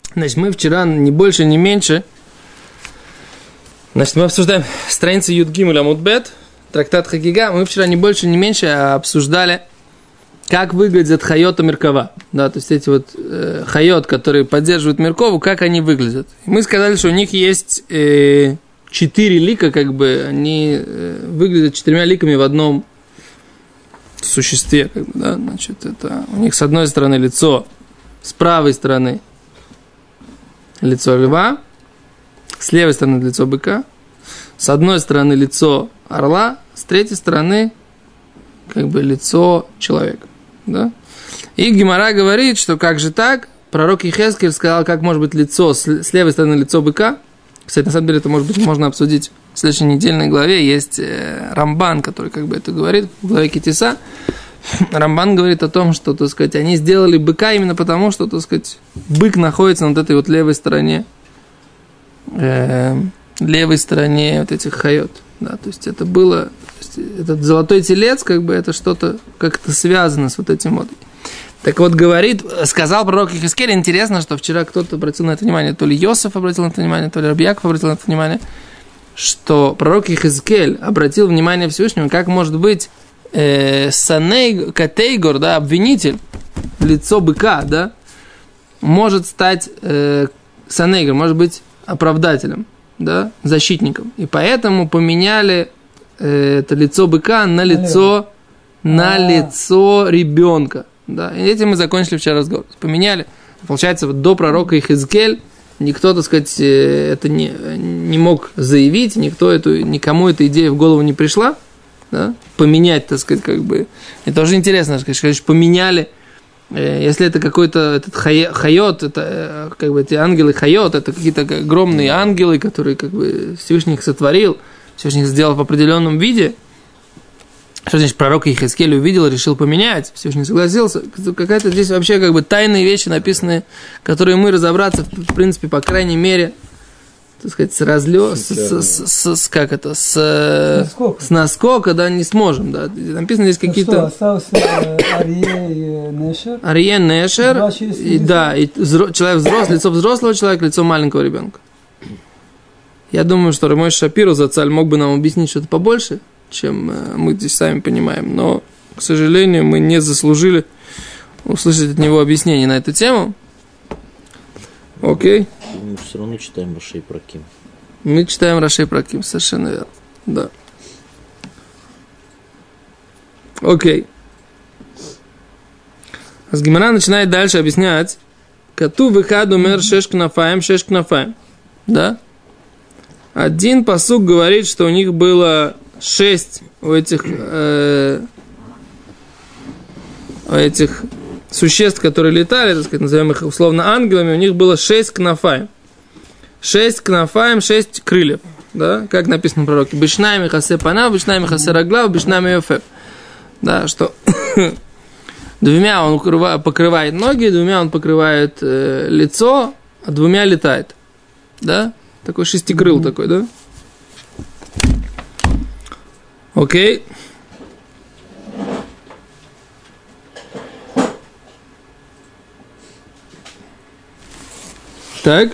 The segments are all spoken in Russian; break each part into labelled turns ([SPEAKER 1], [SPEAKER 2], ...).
[SPEAKER 1] Значит, мы вчера не больше, не меньше. Значит, мы обсуждаем страницы Юд-Гимель Амуд-Бет, трактат Хагига. Мы вчера не больше, не меньше обсуждали, как выглядят хайот и меркава. Да, то есть эти вот хайот, которые поддерживают меркову, как они выглядят. Мы сказали, что у них есть 4 лика, как бы они выглядят 4 ликами в одном существе. Как бы, да? Значит, это у них с одной стороны лицо, с правой стороны лицо льва, с левой стороны лицо быка, с одной стороны лицо орла, с третьей стороны как бы лицо человека. Да? И Гемара говорит, что как же так? Пророк Йехескель сказал, как может быть лицо с левой стороны лицо быка. Кстати, на самом деле это может быть можно обсудить в следующей недельной главе. Есть Рамбан, который как бы это говорит в главе Китиса. Рамбан говорит о том, что, так сказать, они сделали быка именно потому, что, так сказать, бык находится на вот этой вот левой стороне вот этих хайот. Да, то есть это было, этот золотой телец, как бы это что-то как-то связано с вот этим вот. Так вот, говорит, сказал пророк Йехескель, интересно, что вчера кто-то обратил на это внимание, то ли Йосеф обратил на это внимание, то ли Раби Яков обратил на это внимание, что пророк Йехескель обратил внимание Всевышнему, как может быть Катейгор, да, обвинитель, лицо быка, да, может стать Санейгор, может быть оправдателем, да, защитником. И поэтому поменяли это лицо быка на лицо ребенка. Да. И этим мы закончили вчера разговор. Поменяли. Получается, вот до пророка Йехескель никто, так сказать, это не мог заявить, никому эта идея в голову не пришла. Да? Поменять, так сказать, как бы. Это тоже интересно, что поменяли. Если это какой-то этот хайот, это как бы эти ангелы хайот, это какие-то огромные ангелы, которые как бы Всевышний их сотворил, Всевышний их сделал в определенном виде. Что значит пророк Йехескель увидел, решил поменять, Всевышний согласился. Какая-то здесь вообще как бы тайные вещи написаны, которые мы разобраться, в принципе, по крайней мере, так сказать, с наскока, да, не сможем, да. Написано здесь какие-то...
[SPEAKER 2] Что, остался Арье Нешер?
[SPEAKER 1] Арье Нешер, и человек взрослый, лицо взрослого человека, лицо маленького ребенка. Я думаю, что Рамой Шапиро Зацаль мог бы нам объяснить что-то побольше, чем мы здесь сами понимаем, но, к сожалению, мы не заслужили услышать от него объяснение на эту тему. Окей.
[SPEAKER 3] Мы все равно читаем Рашей Праким.
[SPEAKER 1] Мы читаем Рашей Праким, совершенно верно. Да. Окей. С Гемара начинает дальше объяснять. Кату выхаду мер шеш кнафаем. Да? Один пасук говорит, что у них было 6 у этих существ, которые летали, так сказать, назовем их условно ангелами, у них было 6 кнафаем. 6 кнафаем, 6 крыльев. Да? Как написано в пророке. Бишнами хасе панав, бишнами хасе раглав, бишнами йофев. Да, что двумя он покрывает ноги, двумя он покрывает лицо, а двумя летает. Да? Такой шестикрыл такой, да? Окей. Так.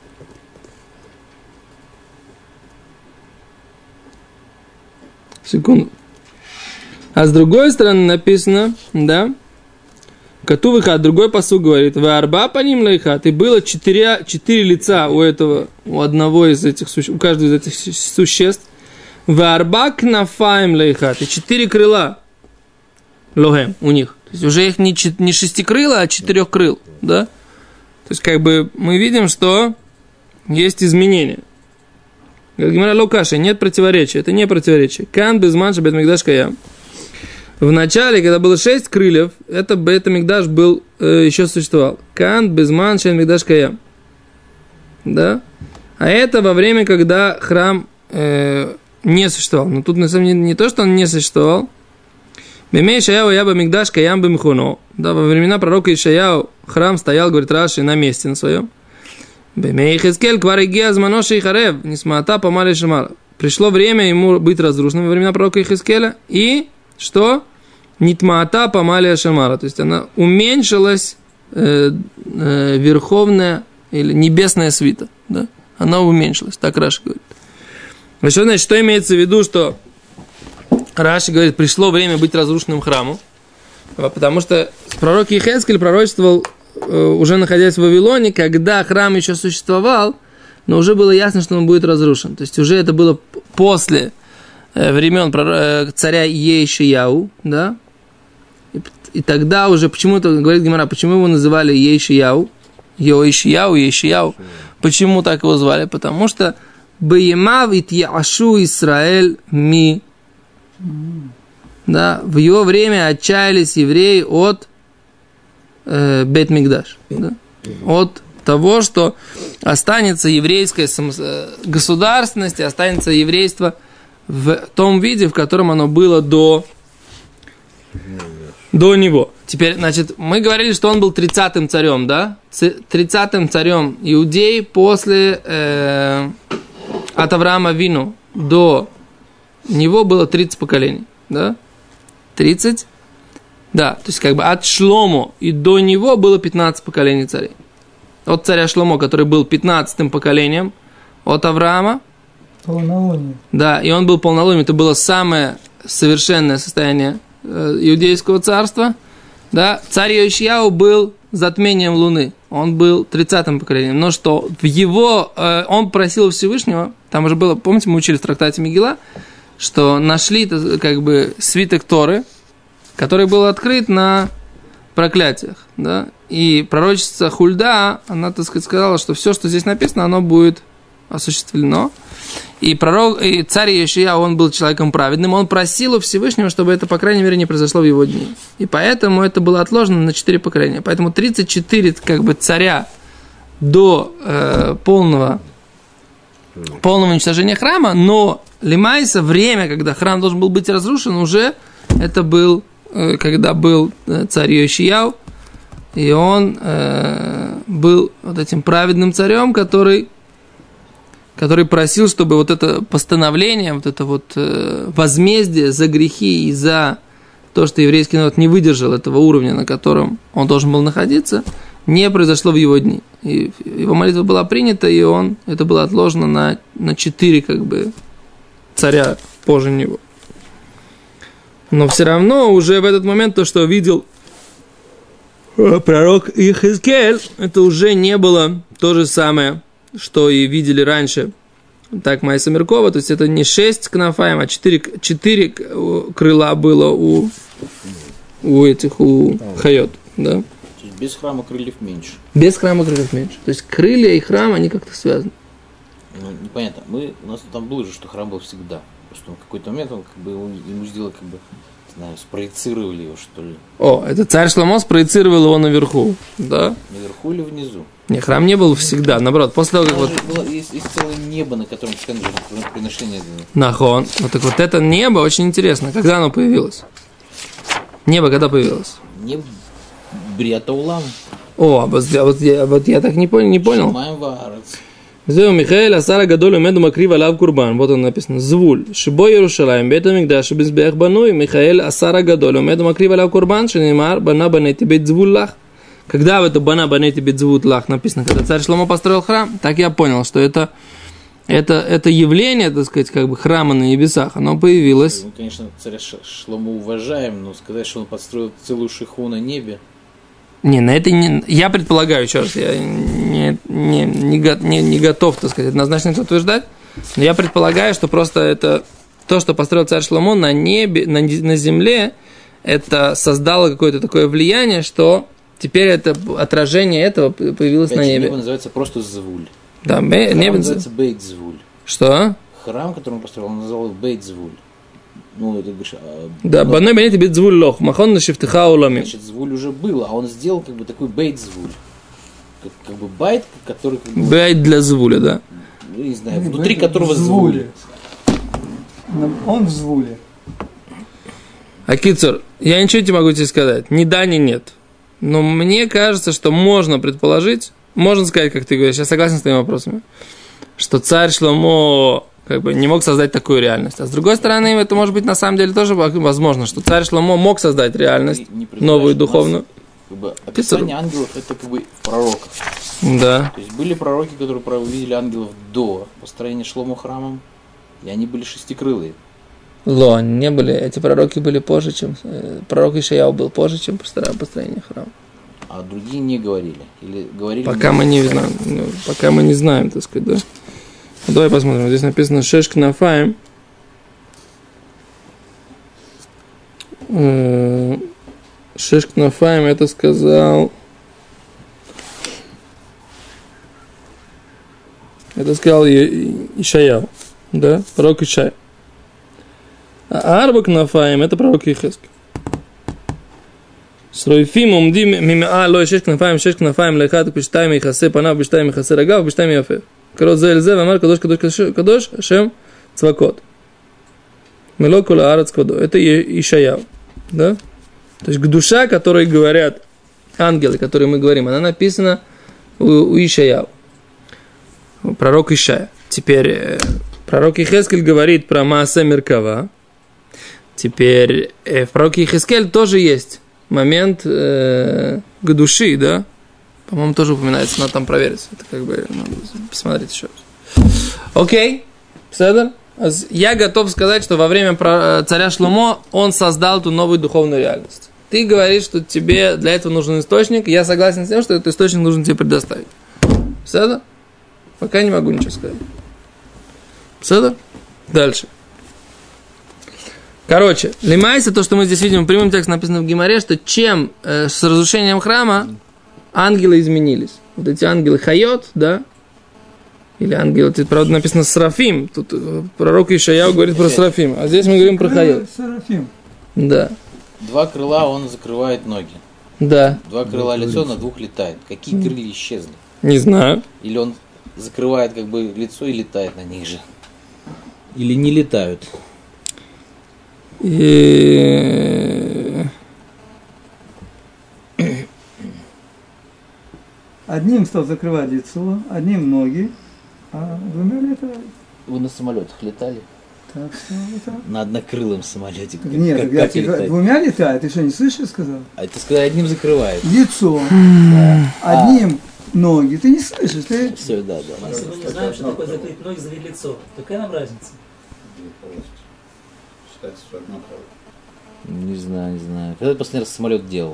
[SPEAKER 1] Секунду. А с другой стороны написано, да, Катувыха, другой пасук говорит, варба по ним лайхат, и было 4 лица у одного из этих существ, у каждого из этих существ, варба кнафаем лайхат, и 4 крыла лохем у них. То есть уже их не 6 крыл, а 4 крыл, да? То есть, как бы, мы видим, что есть изменения. Как говорят, локаши, нет противоречия. Это не противоречие. Кан безман шабет мигдаш каям. В начале, когда было 6 крыльев, это бет мигдаш был, еще существовал. Кан безман шабет мигдаш каям. Да? А это во время, когда храм не существовал. Но тут, на самом деле, не то, что он не существовал. Бемей Ишаяу яба мигдаш каям бимхуно. Да, во времена пророка Ишаяу храм стоял, говорит Раши, на месте на своем. Бемей Йехескель квариги азманоши и харев, несмата помали шамара. Пришло время ему быть разрушенным во времена пророка Йехескеля. И что? Нитмаата помали шамара. То есть она уменьшилась верховная или небесная свита, да, она уменьшилась, так Раши говорит. Еще, значит, что имеется в виду, что Раши говорит, пришло время быть разрушенным храму, потому что пророк Йехескель пророчествовал, уже находясь в Вавилоне, когда храм еще существовал, но уже было ясно, что он будет разрушен. То есть уже это было после времен царя Йешияу, да, и тогда уже, почему-то, говорит Гемара, почему его называли Йешияу, Йешияу, почему так его звали? Потому что Беемав итьяшу Исраэль ми, да, в его время отчаялись евреи от Бейт-Микдаш, да, от того, что останется еврейская государственность, останется еврейство в том виде, в котором оно было до него. Теперь, значит, мы говорили, что он был 30-м царем, да? 30-м царем Иудеи после от Авраама Вину до него было 30 поколений, да? 30? Да, то есть как бы от Шломо и до него было 15 поколений царей. От царя Шломо, который был 15-м поколением, от Авраама.
[SPEAKER 2] Полнолуние. Да,
[SPEAKER 1] и он был полнолунием. Это было самое совершенное состояние иудейского царства. Да, царь Йошияу был затмением Луны. Он был 30-м поколением. Но что в его... он просил Всевышнего, там уже было, помните, мы учили в трактате Мегила, что нашли как бы свиток Торы, который был открыт на проклятиях, да, и пророчица Хульда, она, так сказать, сказала, что все, что здесь написано, оно будет осуществлено. И царь Йошия, он был человеком праведным, он просил у Всевышнего, чтобы это, по крайней мере, не произошло в его дни. И поэтому это было отложено на 4 поколения. Поэтому 34 как бы царя до полного уничтожения храма, но Лимайса, время, когда храм должен был быть разрушен, уже это был, когда был царь Йошияу, и он был вот этим праведным царем, который просил, чтобы вот это постановление, вот это вот возмездие за грехи и за то, что еврейский народ не выдержал этого уровня, на котором он должен был находиться, не произошло в его дни. И его молитва была принята, и это было отложено на 4 как бы царя позже него. Но все равно уже в этот момент то, что видел пророк Йехескель, это уже не было то же самое, что и видели раньше. Так, Майса Меркова, то есть это не 6 кнафаем, а 4 крыла было у хайот, да?
[SPEAKER 3] То есть без храма крыльев меньше.
[SPEAKER 1] Без храма крыльев меньше. То есть крылья и храм, они как-то связаны.
[SPEAKER 3] Ну, непонятно. У нас там было же, что храм был всегда. Просто в какой-то момент он как бы ему сделал, как бы, не знаю, спроецировали его, что ли.
[SPEAKER 1] О, это царь Шломо спроецировал его наверху, да?
[SPEAKER 3] Наверху или внизу?
[SPEAKER 1] Не, храм не был всегда, наоборот, после того, как
[SPEAKER 3] Есть целое небо, на котором постоянно приношение.
[SPEAKER 1] Нахон. Вот так вот это небо очень интересно. Когда оно появилось? Небо когда появилось?
[SPEAKER 3] Небо Бриатаулам.
[SPEAKER 1] О, вот я так не понял.
[SPEAKER 3] Шамаем ваарец.
[SPEAKER 1] Зеу Михаэль Асара Гадоль Умеду Макрив Алав Курбан. Вот он написано. Звуль. Шибо Иерушалаем. Бет Амикдаш Безбех Бануй. Михаэль Асара Гадоль Умеду Макрив Алав Курбан. Шенемар Бана Банети Бет Звуллах. Когда в это Бана Банети Бет Звуллах написано, когда царь Шломо построил храм, так я понял, что это явление, так сказать, как бы храма на небесах, оно появилось.
[SPEAKER 3] Мы, конечно, царя Шломо уважаем, но сказать, что он построил целую шиху на небе.
[SPEAKER 1] Не, на это не. Я предполагаю, еще раз, я не готов, так сказать, однозначно это утверждать. Но я предполагаю, что просто это то, что построил царь Шломо на небе, на земле, это создало какое-то такое влияние, что теперь это отражение этого появилось на небе.
[SPEAKER 3] Небо называется просто Звуль.
[SPEAKER 1] Да,
[SPEAKER 3] небо называется Бейт Звуль.
[SPEAKER 1] Что?
[SPEAKER 3] Храм, который он построил, он назвал Бейт Звуль. Ну, это говоришь...
[SPEAKER 1] Да, Баной Банети Бейт Звуль лох, махон на шифтыха улами.
[SPEAKER 3] Значит, Звуль уже был, а он сделал как бы такой Бейт Звуль. Как бы байт, который... Как бы,
[SPEAKER 1] байт для Звуля, да.
[SPEAKER 3] Ну, не знаю, внутри которого Звуль.
[SPEAKER 2] Он в Звуле.
[SPEAKER 1] Акицур, я ничего не могу тебе сказать. Ни да, ни нет. Но мне кажется, что можно предположить, можно сказать, как ты говоришь, я согласен с твоими вопросами, что царь Шломо как бы не мог создать такую реальность. А с другой стороны, это может быть на самом деле тоже возможно, что царь Шломо мог создать реальность, новую, духовную.
[SPEAKER 3] как бы описание ангелов это как бы в пророках.
[SPEAKER 1] Да.
[SPEAKER 3] То есть были пророки, которые увидели ангелов до построения Шломо храмом, и они были шестикрылые.
[SPEAKER 1] Ло, они не были, эти пророки были позже, чем... Пророк Ишаяу был позже, чем построение храма.
[SPEAKER 3] А другие не говорили? Или говорили...
[SPEAKER 1] Пока мы не знаем, пока мы не знаем, так сказать, да. Давай посмотрим, здесь написано Шеш Кнафаим. Шеш Кнафаим, это сказал... Это сказал Ишаяу, да, пророк Ишая. А Арба Кнафаим, это пророк Ихескель. Сроифим умдим мимеа лой шеш кнафаим лехат пиштайм ихасе панав пиштайм ихасе рагав пиштайм яфе. Корот зе эльзе вамар кадош кадош Ашем цвакот. Мело кола арец квадо. Это Ишаяу, да? То есть душа, которой говорят ангелы, о которой мы говорим, она написана у Ишаяу. Пророк Ишая. Теперь пророк Ихескель говорит про Маасе Меркава. Теперь в пророке Ихескель тоже есть момент к души, да? По-моему, тоже упоминается, надо там проверить. Это как бы, надо посмотреть еще раз. Окей, Седер. Я готов сказать, что во время царя Шломо он создал ту новую духовную реальность. Ты говоришь, что тебе для этого нужен источник. Я согласен с тем, что этот источник нужно тебе предоставить. Седер? Пока не могу ничего сказать. Седер? Дальше. Короче, лимайся, то, что мы здесь видим, в прямом тексте написано в Гемаре, что чем с разрушением храма ангелы изменились. Вот эти ангелы Хайот, да? Или ангелы, тут, правда, написано Серафим. Тут пророк Ишаяу говорит про Серафим. А здесь мы говорим про Хайот.
[SPEAKER 2] Серафим.
[SPEAKER 1] Да.
[SPEAKER 3] Два крыла он закрывает ноги.
[SPEAKER 1] Да.
[SPEAKER 3] Два крыла лицо, на двух летает. Какие крылья исчезли?
[SPEAKER 1] Не знаю.
[SPEAKER 3] Или он закрывает как бы лицо и летает на них же? Или не летают?
[SPEAKER 2] Одним стал закрывать лицо, одним ноги, а двумя летают.
[SPEAKER 3] Вы на самолетах летали?
[SPEAKER 2] Так что летают.
[SPEAKER 3] На однокрылом самолете.
[SPEAKER 2] Нет, я тебе двумя летает, ты что, не слышишь, сказал?
[SPEAKER 3] А ты сказал, одним закрывает.
[SPEAKER 2] Лицо, одним ноги, ты не слышишь, ты...
[SPEAKER 3] Все, да.
[SPEAKER 4] Если мы не знаем, что такое закрыть ноги, закрыть лицо, какая нам разница?
[SPEAKER 3] Не знаю. Когда ты последний раз самолет делал?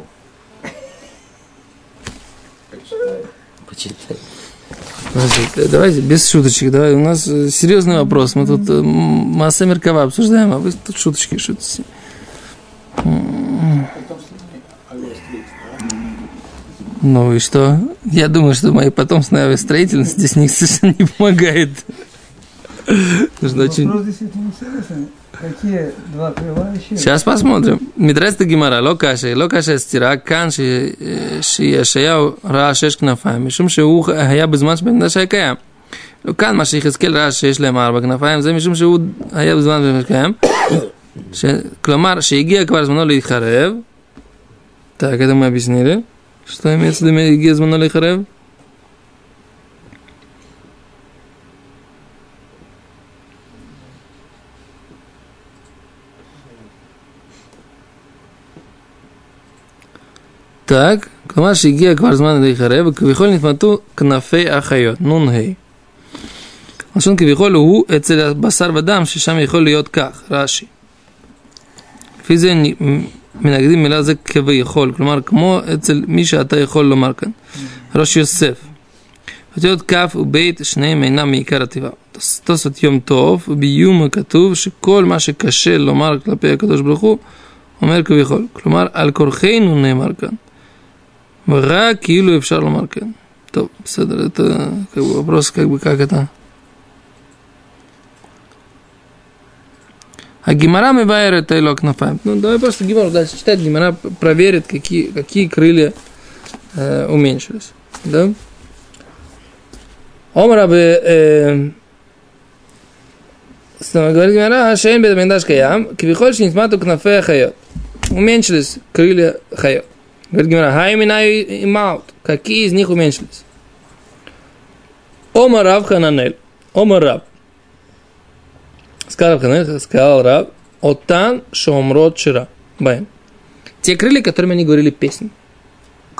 [SPEAKER 3] Почитай.
[SPEAKER 1] Давайте без шуточек. Давай. У нас серьезный вопрос. Мы тут Маасе Меркава обсуждаем, а вы тут шуточки шутите. Ну и что? Я думаю, что мои потомственные авиастроительность здесь совершенно не помогает.
[SPEAKER 2] Вопрос действительно интересный. Какие два крыла еще?
[SPEAKER 1] Сейчас посмотрим. Мидрес Гемара, локаша стира, кан шияшаяу ра шеш кнафаим, мишум שהוא היה בזמן שבמקדש היה קיים. כאן מה שיחזקאל ראה שיש להם 4 כנפיים, זה משום שהוא היה בזמן שבמקדש קיים. כלומר, שהגיע כבר זמנו להתחרב. Так, это мы объяснили. Что имеется в виду, הגיע זמנו להתחרב? Так, כלומר שהגיע כבר זמן להיחרב, וכביכול נתמתו כנפי החיות, נון ה'. לשון כביכול הוא אצל הבשר ודם, ששם יכול להיות כך, רש"י. לפי זה מנגדים מילה זה כביכול, כלומר כמו אצל מי שאתה יכול לומר כאן. ראש יוסף. אותיות כף ובית, שניהם אינם מעיקר הטבעה. תוספות יום טוב, וביום כתוב שכל מה שקשה לומר כלפי הקדוש ברוך הוא, אומר כביכול. כלומר, על כורחנו נאמר כאן. ורק כאילו אפשר לומר כן. טוב, בסדר, это как бы вопрос, как бы, как это. А Гемара мебайрет айло кнафаим. Ну, давай просто Гемару дальше читать. Гемара проверит, какие крылья уменьшились. Да? Омара бы... говорит Гемара, шейн бед мендаш каям, квихоль шинитмату кнафе хайот. Уменьшились крылья хайот. Говорит Гемара, хайминаю и маут. Какие из них уменьшились? Ома Рав Хананель. Ома Рав. Сказал Хананель, сказал Рав, отан шомрот шира. Те крылья, которыми они говорили песни.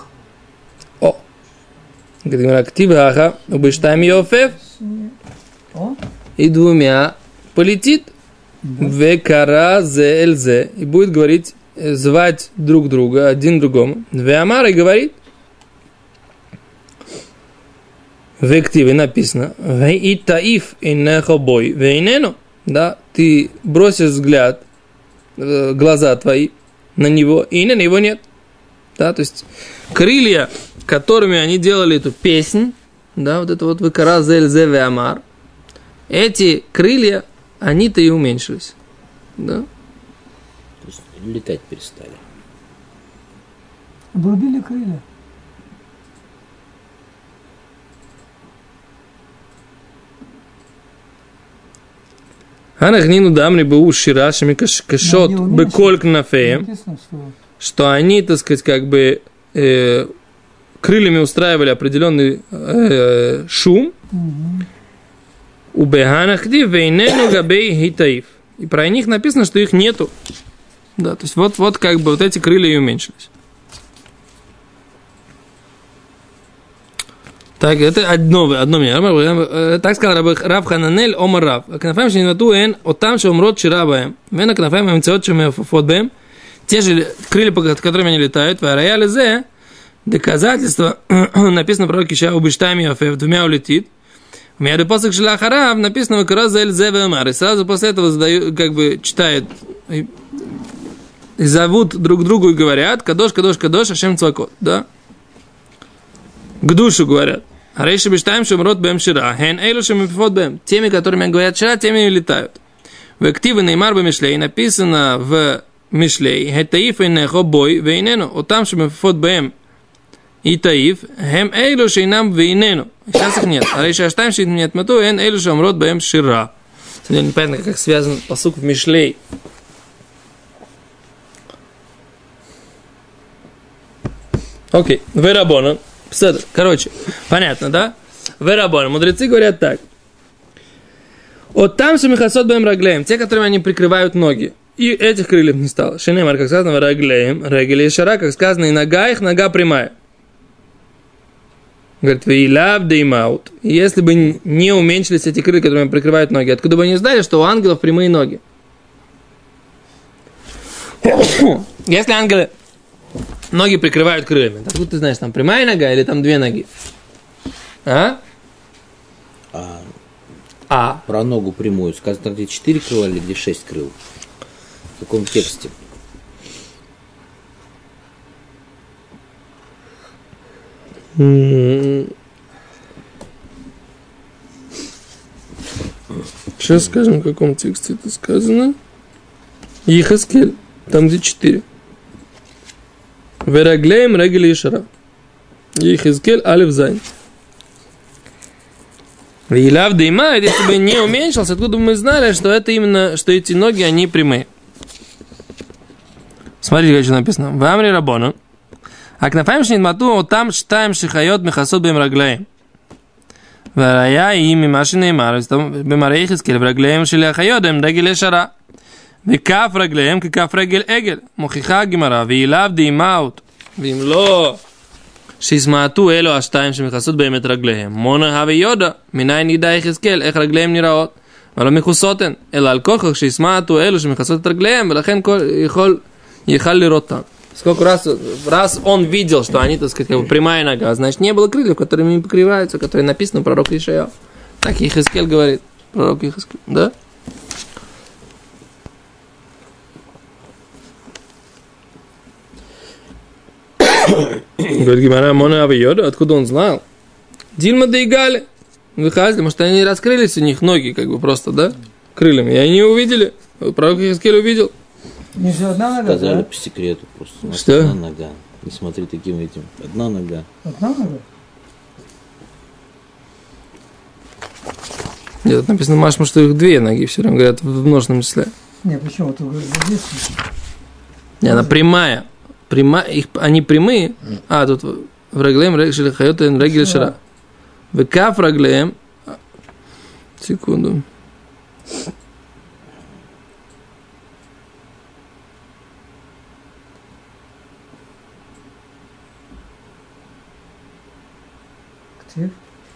[SPEAKER 1] Говорит, активаха, убыштам йофев,
[SPEAKER 2] О,
[SPEAKER 1] и двумя полетит. Векара зельзе. И будет говорить, звать друг друга, один другому. Веамар и говорит. В активе написано. Вей таиф иннехобой вейнену. Да, ты бросишь взгляд, глаза твои на него, и на него нет. Да, то есть крылья, которыми они делали эту песнь, да, вот это вот векара зельзе веамар, эти крылья, они-то и уменьшились. Да?
[SPEAKER 3] То есть летать перестали.
[SPEAKER 2] обрубили крылья.
[SPEAKER 1] Анахнину дамри бу ширашами кашот беколь кнафеем,
[SPEAKER 2] Написано,
[SPEAKER 1] что они, так сказать, как бы крыльями устраивали определенный шум. У беганахди вейнену габей хитаиф. И про них написано, что их нету. Да, то есть вот как бы вот эти крылья и уменьшились. Так, это одно мнение. Так сказал Рав Хананель Омар Рав. Кнафаем шнинвату эн отам шеумрот ширабаем. Вена кнафаем амцеот шемефотбаем. Те же крылья, под которыми они летают. Вараяли зе. Доказательство. Написано про Киша убиштами афев. Двумя улетит. У меня до посох Шилахарав написано «Вакара зель зеве амар». И сразу после этого задают, как бы читает, и зовут друг другу и говорят «Кадош, кадош, кадош, ашем цвакот». Да? К душу говорят. «Арейши биштаем шумрот бэм шира». «Хен эйлу шумифот бэм». Теми, которыми говорят «шира», теми и летают. В активе неймар бэ мишлей написано в мишлей «Хетаиф эйнехо бой вейнену». «Отам шумифот бэм». И таиф, хем эйлу шейнам вейнену. Сейчас их нет. А рейши аштайм шейт нет мату, эн эйлу шамрот бэм шира. Сегодня непонятно, как связан пасук в Мишлей. Окей, верабона. Короче, понятно, да? Верабона. Мудрецы говорят так. От там шемихасот бэм раглеем. Те, которыми они прикрывают ноги. И этих крыльев не стало. Шенемар, как сказано, раглеем. Рагели шара, как сказано, и нога их, нога прямая. Говорит, вейлав деймаут. Если бы не уменьшились эти крылья, которыми прикрывают ноги, откуда бы они знали, что у ангелов прямые ноги? Если ангелы ноги прикрывают крыльями, откуда ты знаешь, там прямая нога или там две ноги?
[SPEAKER 3] Про ногу прямую сказано, где 4 крыла или где 6 крыл? В каком тексте?
[SPEAKER 1] Сейчас скажем, в каком тексте это сказано. Ехаскель, там где 4. Вераглеем регели и шара. Ехаскель алиф зайн. Вилав дейма, если бы не уменьшился, откуда бы мы знали, что это именно, что эти ноги, они прямые. Смотрите, что написано. В Амри Рабону. А кнафаем шнитмату, там штаем шихайот мехасот бем раглеем. Варая ими машины марис, бемарей хискель в раглеем шили ахайодем регеле шара. Векаф раглеем, кекаф регель эгель. Мухиха гимара, вилав деймаут. Вимло. שיסמעתו אלו השתיים שמכסות באמת רגליהם. מונה הווה יודע, מניין ידע יחזקאל, איך רגליהם נראות, אבל לא מכוסות הן, אלא על כוחך שיסמעתו אלו שמכסות את רגליהם, ולכן יכל לראות אותם. Сколько раз он видел, что они, так сказать, как бы прямая нога, значит, не было крыльев, которыми им покрываются, которые написаны пророк Ишаяу. Так Йехескель говорит, пророк Йехескель, да? Говорит Гимара, Мона Авиода, откуда он знал? Дильма Дейгали. Выходили, может, они раскрылись у них ноги, как бы просто, да? Крыльями. И они увидели. Пророк Йехескель увидел.
[SPEAKER 2] Не же одна нога,
[SPEAKER 3] Сказали
[SPEAKER 2] да?
[SPEAKER 3] по секрету просто.
[SPEAKER 1] Что?
[SPEAKER 3] Одна нога. Не смотри таким этим. Одна нога.
[SPEAKER 2] Одна нога?
[SPEAKER 1] Нет, написано Машма, что их две ноги, все равно говорят в множественном числе.
[SPEAKER 2] Не, почему? Тут здесь.
[SPEAKER 1] Не, она прямая. Они прямые. А, тут в раглеем регли хайота регли шара. В каф раглеем. Секунду.
[SPEAKER 2] братьев.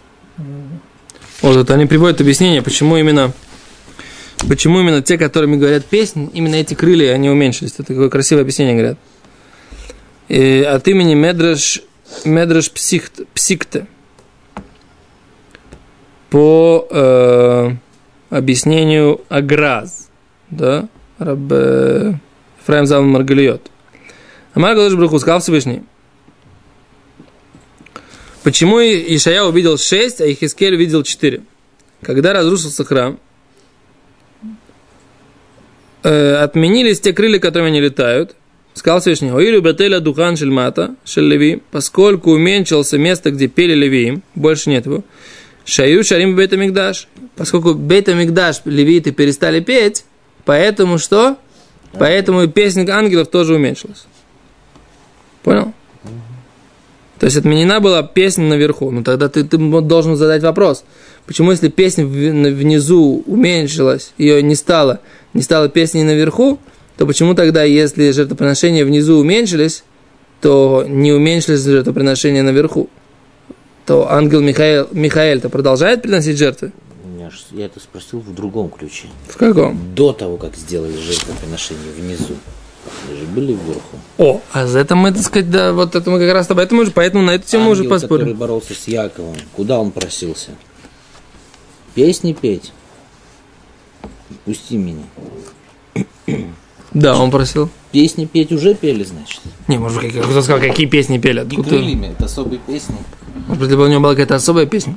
[SPEAKER 1] Вот они приводят объяснение, почему именно те, которыми говорят песнь, именно эти крылья, они уменьшились. Это такое красивое объяснение, говорят. И от имени Медраш Псикте по объяснению Аграз, да, Раб Ефраим Залман Маргалиот. Амар Галаш Бруху сказал Всевышний: почему Ишая увидел 6, а Ихискель увидел 4? Когда разрушился храм, отменились те крылья, которыми они летают. Сказал Всевышний: «Оилю бетеля духан шельмата шель-леви», поскольку уменьшился место, где пели левиим, больше нет его. Шаю шарим бейт-амикдаш, поскольку бейт-амикдаш левиты перестали петь, поэтому что? Поэтому и песня ангелов тоже уменьшилась. Понял? То есть отменена была песня наверху. Ну тогда ты должен задать вопрос. Почему, если песня внизу уменьшилась, ее не стало песней наверху, то почему тогда, если жертвоприношения внизу уменьшились, то не уменьшились жертвоприношения наверху? То ангел Михаэль-то продолжает приносить жертвы?
[SPEAKER 3] Я это спросил в другом ключе.
[SPEAKER 1] В каком?
[SPEAKER 3] До того, как сделали жертвоприношения внизу. Вы же были вверху.
[SPEAKER 1] О, а за это мы, так сказать, да, вот это мы как раз поэтому на эту тему уже поспорим.
[SPEAKER 3] Который боролся с Яковом, куда он просился? Песни петь. Пусти меня.
[SPEAKER 1] Да, он просил.
[SPEAKER 3] Песни петь уже пели, значит?
[SPEAKER 1] Не, может быть, кто сказал, какие песни пели?
[SPEAKER 3] Не крыльями, это особые песни.
[SPEAKER 1] Может быть, у него была какая-то особая песня?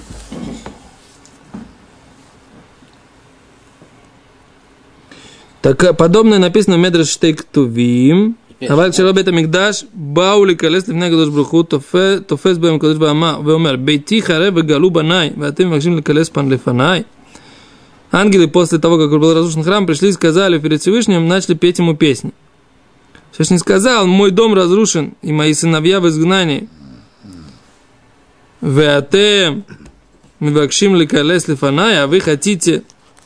[SPEAKER 1] Так, подобное написано в Медраш Штейктувим. אבל כשלא בית המקדש, באו להיכנס לפני הקדוש ברוך הוא, תופס בהם הקדוש ואמר, ואומר, ביתי חרב וגלו בניי, ואתם מבקשים להיכנס פן לפניי. Ангелы после того, как был разрушен храм, пришли и сказали перед Всевышним, начали петь ему песни. Всевышний сказал: мой дом разрушен, и мои сыновья в изгнании. Веатем мивакшим ликалес лифанай, а вы хотите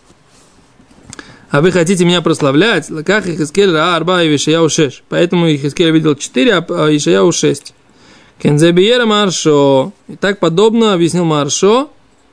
[SPEAKER 1] меня прославлять. Лаках Ихискель раа арба и Ишаяу 6. Поэтому Ихискель видел 4, а Ишаяу 6. Кензебиера Маршо. И так подобно объяснил Маршо.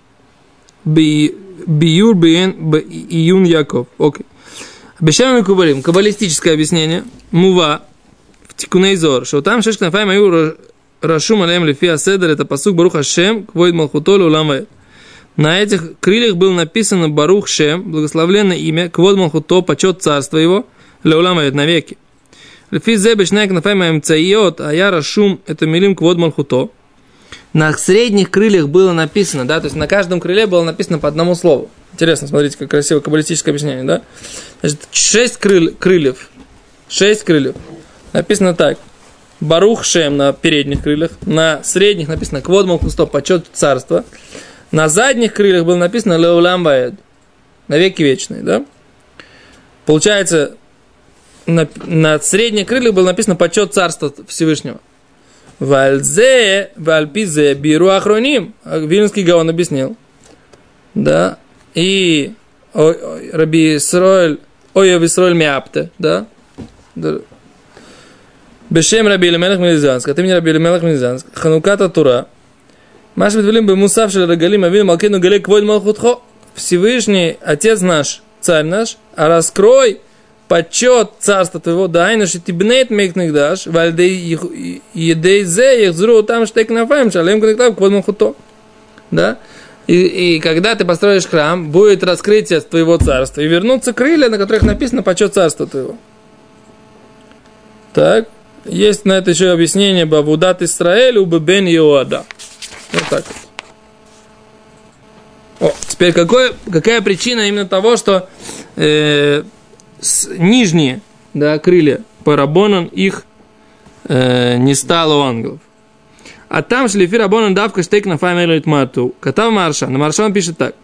[SPEAKER 1] Биюр биен июн Яков. Окей. Обещаем мы кубалим. Каббалистическое объяснение. Мува. В Тикунейзор. Что там шеш кнафай мою рашум алем лифия седер. Это пасук Барух Ашем. Квоид малхутолу уламвает. На этих крыльях было написано Барух Шем, благословленное имя, Квод Малхуто, почет царства его, Леуламает навеки. Лефи зебешнек нафайма мцаиот, а я рашум, это милим Квод Малхуто. На средних крыльях было написано, да, то есть на каждом крыле было написано по одному слову. Интересно, смотрите, как красиво каббалистическое объяснение, да? Значит, 6 крыльев. 6 крыльев. Написано так. Барух Шем на передних крыльях, на средних написано Квод Малхуто, почет царства. На задних крыльях было написано «Леулам ваэд», навеки вечный, да? Получается, на средних крыльях было написано «Почет царства Всевышнего». «Вальзе, вальпизе, биру ахроним», Вильнский Гаон объяснил, да? И Раби Исроэль, Ойов Исроэль Мяпте, да? Бешем Раби Элимелех Мелизанск, от имени Раби Элимелех Мелизанск, Хануката Тура, Машем Твилим бы Мусав шел Рагалим, а видим Алкену Галек Квод Малхутхо. Всевышний, Отец наш, Царь наш, а раскрой почет царства твоего, да, и наши тибнет мейкнегдаш, вальдей едейзе, ихзру там штек нафаем, шалем коннектав Квод Малхутхо. Да? И когда ты построишь храм, будет раскрытие твоего царства, и вернутся крылья, на которых написано почет царства твоего. Так, есть на это еще объяснение Бавудат Исраэль убе бен Йоада. Вот так вот. Теперь какая причина именно того, что нижние, да, крылья по Рабонан их не стало у ангелов. А там шлифи Рабонан давка штейк на файмелит мату. Катав Марша. На Марша он пишет так.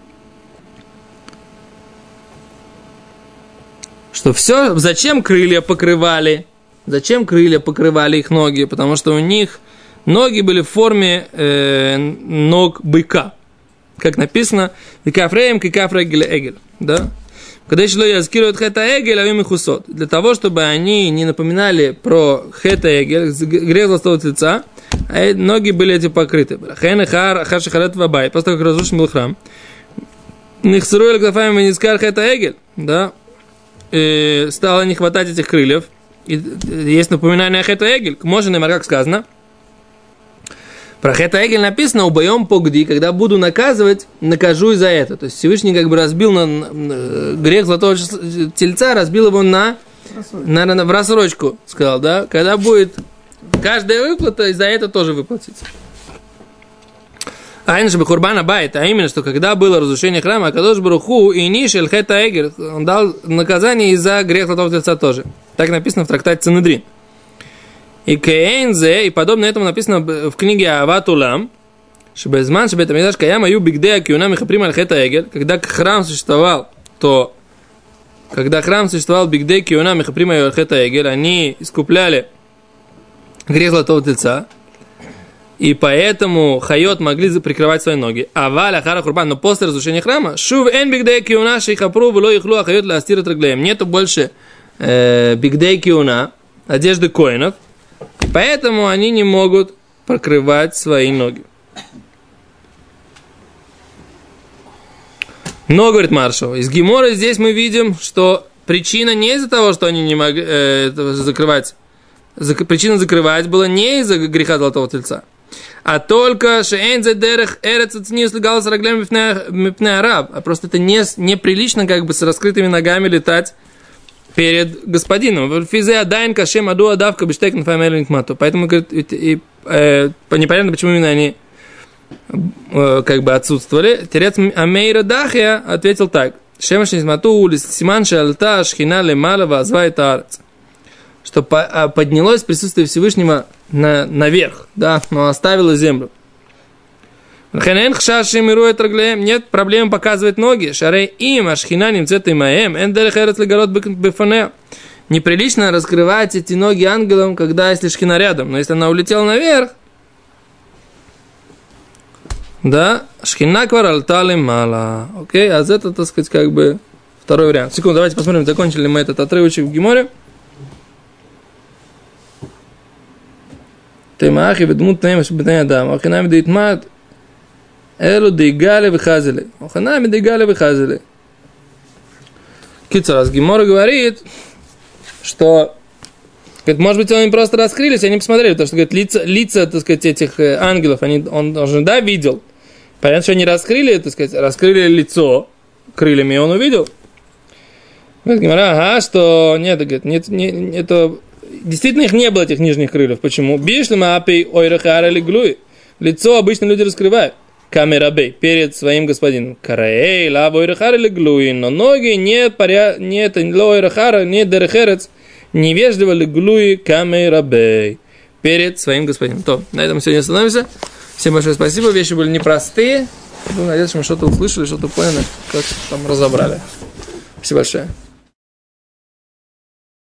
[SPEAKER 1] Что все, зачем крылья покрывали? Зачем крылья покрывали их ноги? Потому что у них ноги были в форме ног быка. Как написано, «Викафреем кикафрегель эгель». Да? Когда шло язкируют хэта эгель, а им их усот. Для того, чтобы они не напоминали про хэта эгель, грех золотого тельца, а ноги были эти покрыты. Хен хар хашихарет вабай. После того, как разрушен был храм. Нихсруэль глафаем и нискар хэта эгель. Да. И стало не хватать этих крыльев. И есть напоминание о хэта эгель. Можно, как сказано. Про хэта эгель написано убоем погди. Когда буду наказывать, накажу и за это. То есть Всевышний как бы разбил грех золотого тельца, разбил его в рассрочку, сказал, да? Когда будет каждая выплата, и за это тоже выплатится. Айнши бахурбана байт, а именно, что когда было разрушение храма, Акадош Баруху и Нишель хэта эгель, он дал наказание и за грех золотого тельца тоже. Так написано в трактате Санедрин. И Кейнзе, и подобно этому написано в книге Ават Улам, Шебезман Шебетамидаш Каяма Ю Бигдея Киуна Михаприма Аль-Хэта Эгель, когда храм существовал, Бигдея Киуна Михаприма Аль-Хэта Эгель, они искупляли грех золотого тельца, и поэтому хайот могли прикрывать свои ноги. Аваля Хара Хурбан, но после разрушения храма, Шув Эн Бигдея Киуна Шейхапру Вло Ихлу Ахайот Ластира Траглеем, нету больше Бигдея Киуна, одежды коинов, и поэтому они не могут покрывать свои ноги. Но, говорит Маршал, из Гемора здесь мы видим, что причина не из-за того, что они не могли закрывать. Причина закрывать была не из-за греха золотого тельца, а только шеэнзе дерех эрец цнис легал с раглем мипне араб. А просто это неприлично как бы с раскрытыми ногами летать перед господином. Физе адайн кашем аду адавка биштек фамилинг мату. Поэтому, говорит, непонятно, почему именно они как бы отсутствовали. Терец Амейра Дахия ответил так. Шемаш низмату симан шалта шхина лемала вазвай тарец. Что поднялось присутствие Всевышнего наверх, да, но оставило землю. Нет проблем показывать ноги. Шарей им ашхина нимцет имаем эндер херец легарот бефане. Неприлично раскрывать эти ноги ангелам, когда если шхина рядом. Но если она улетела наверх, да, шхина кваралтали мала. Окей, а это, так сказать, как бы второй вариант. Секунду, давайте посмотрим, закончили мы этот отрывочек в Геморе. Теймахи ведмут наим шбетней адам. Охинами дейтмат элу дейгали вихазили. Охинами дейгали вихазили. Кицер, раз Гемора говорит, что, говорит, может быть, они просто раскрылись, они посмотрели, потому что, говорит, лица, так сказать, этих ангелов, он уже, да, видел. Понятно, что они раскрыли, так сказать, раскрыли лицо крыльями, и он увидел. Говорит Гемора, ага, что нет, говорит, нет, это действительно их не было, этих нижних крыльев. Почему? Бишлема апей ойрахара лиглуи. Лицо обычно люди раскрывают. Камерабей, перед своим господином. Караэй, лава ойрахара лиглуи. Но ноги не ойрахара, не дерехерец, невежливо лиглуи камерабей. Перед своим господином. То, на этом сегодня остановимся. Всем большое спасибо. Вещи были непростые. Надеюсь, что мы что-то услышали, что-то поняли, как там разобрали. Спасибо большое.